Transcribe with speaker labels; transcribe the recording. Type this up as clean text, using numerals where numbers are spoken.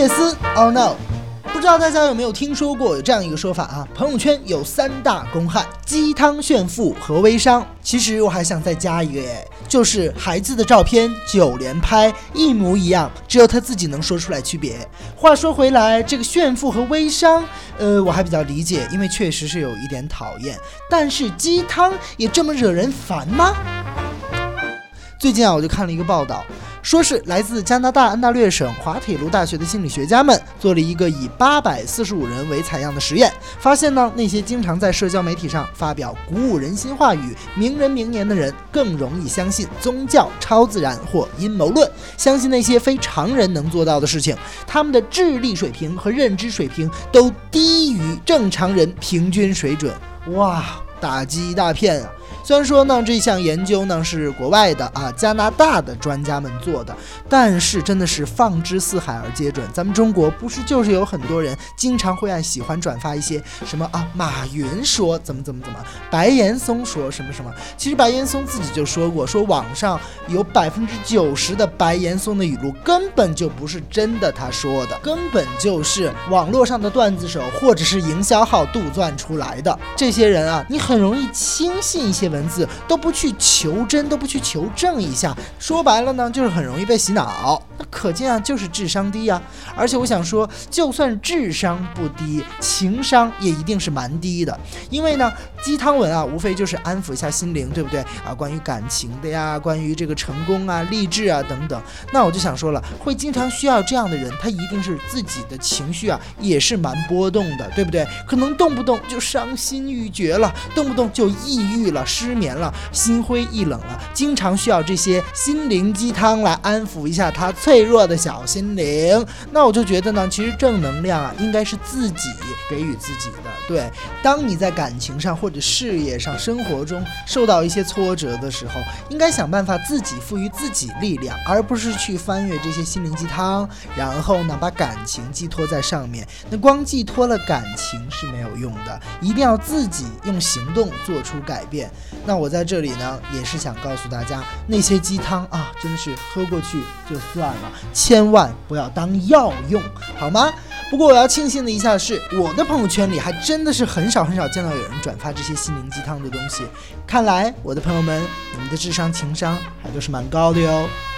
Speaker 1: 叶斯 or no。不知道大家有没有听说过有这样一个说法啊？朋友圈有3大公害：鸡汤、炫富和微商。其实我还想再加一个耶，就是孩子的照片9连拍一模一样，只有他自己能说出来区别。话说回来，这个炫富和微商，我还比较理解，因为确实是有一点讨厌。但是鸡汤也这么惹人烦吗？最近啊，我就看了一个报道，说是来自加拿大安大略省滑铁卢大学的心理学家们做了一个以845人为采样的实验，发现呢，那些经常在社交媒体上发表鼓舞人心话语、名人名言的人，更容易相信宗教、超自然或阴谋论，相信那些非常人能做到的事情。他们的智力水平和认知水平都低于正常人平均水准。哇，打击一大片啊！虽然说呢，这项研究呢是国外的加拿大的专家们做的，但是真的是放之四海而皆准。咱们中国不是就是有很多人经常会喜欢转发一些什么马云说怎么，白岩松说什么。其实白岩松自己就说过，说网上有90%的白岩松的语录根本就不是真的他说的，根本就是网络上的段子手或者是营销号杜撰出来的。这些人啊，你很容易轻信一些文字，都不去求真，都不去求证一下，说白了呢，就是很容易被洗脑。那可见啊，就是智商低啊。而且我想说，就算智商不低，情商也一定是蛮低的。因为呢，鸡汤文啊，无非就是安抚一下心灵，对不对啊？关于感情的呀，关于这个成功啊、励志啊等等。那我就想说了，会经常需要这样的人，他一定是自己的情绪啊，也是蛮波动的，对不对？可能动不动就伤心欲绝了，动不动就抑郁了、失眠了、心灰意冷了，经常需要这些心灵鸡汤来安抚一下他脆弱的小心灵。那我就觉得呢，其实正能量啊，应该是自己给予自己的。对，当你在感情上或者事业上、生活中受到一些挫折的时候，应该想办法自己赋予自己力量，而不是去翻阅这些心灵鸡汤，然后呢，把感情寄托在上面。那光寄托了感情是没有用的，一定要自己用行动做出改变。那我在这里呢，也是想告诉大家，那些鸡汤啊，真的是喝过去就算了，千万不要当药用，好吗？不过我要庆幸的一下是，我的朋友圈里还真的是很少见到有人转发这些心灵鸡汤的东西。看来我的朋友们，你们的智商情商还都是蛮高的哟。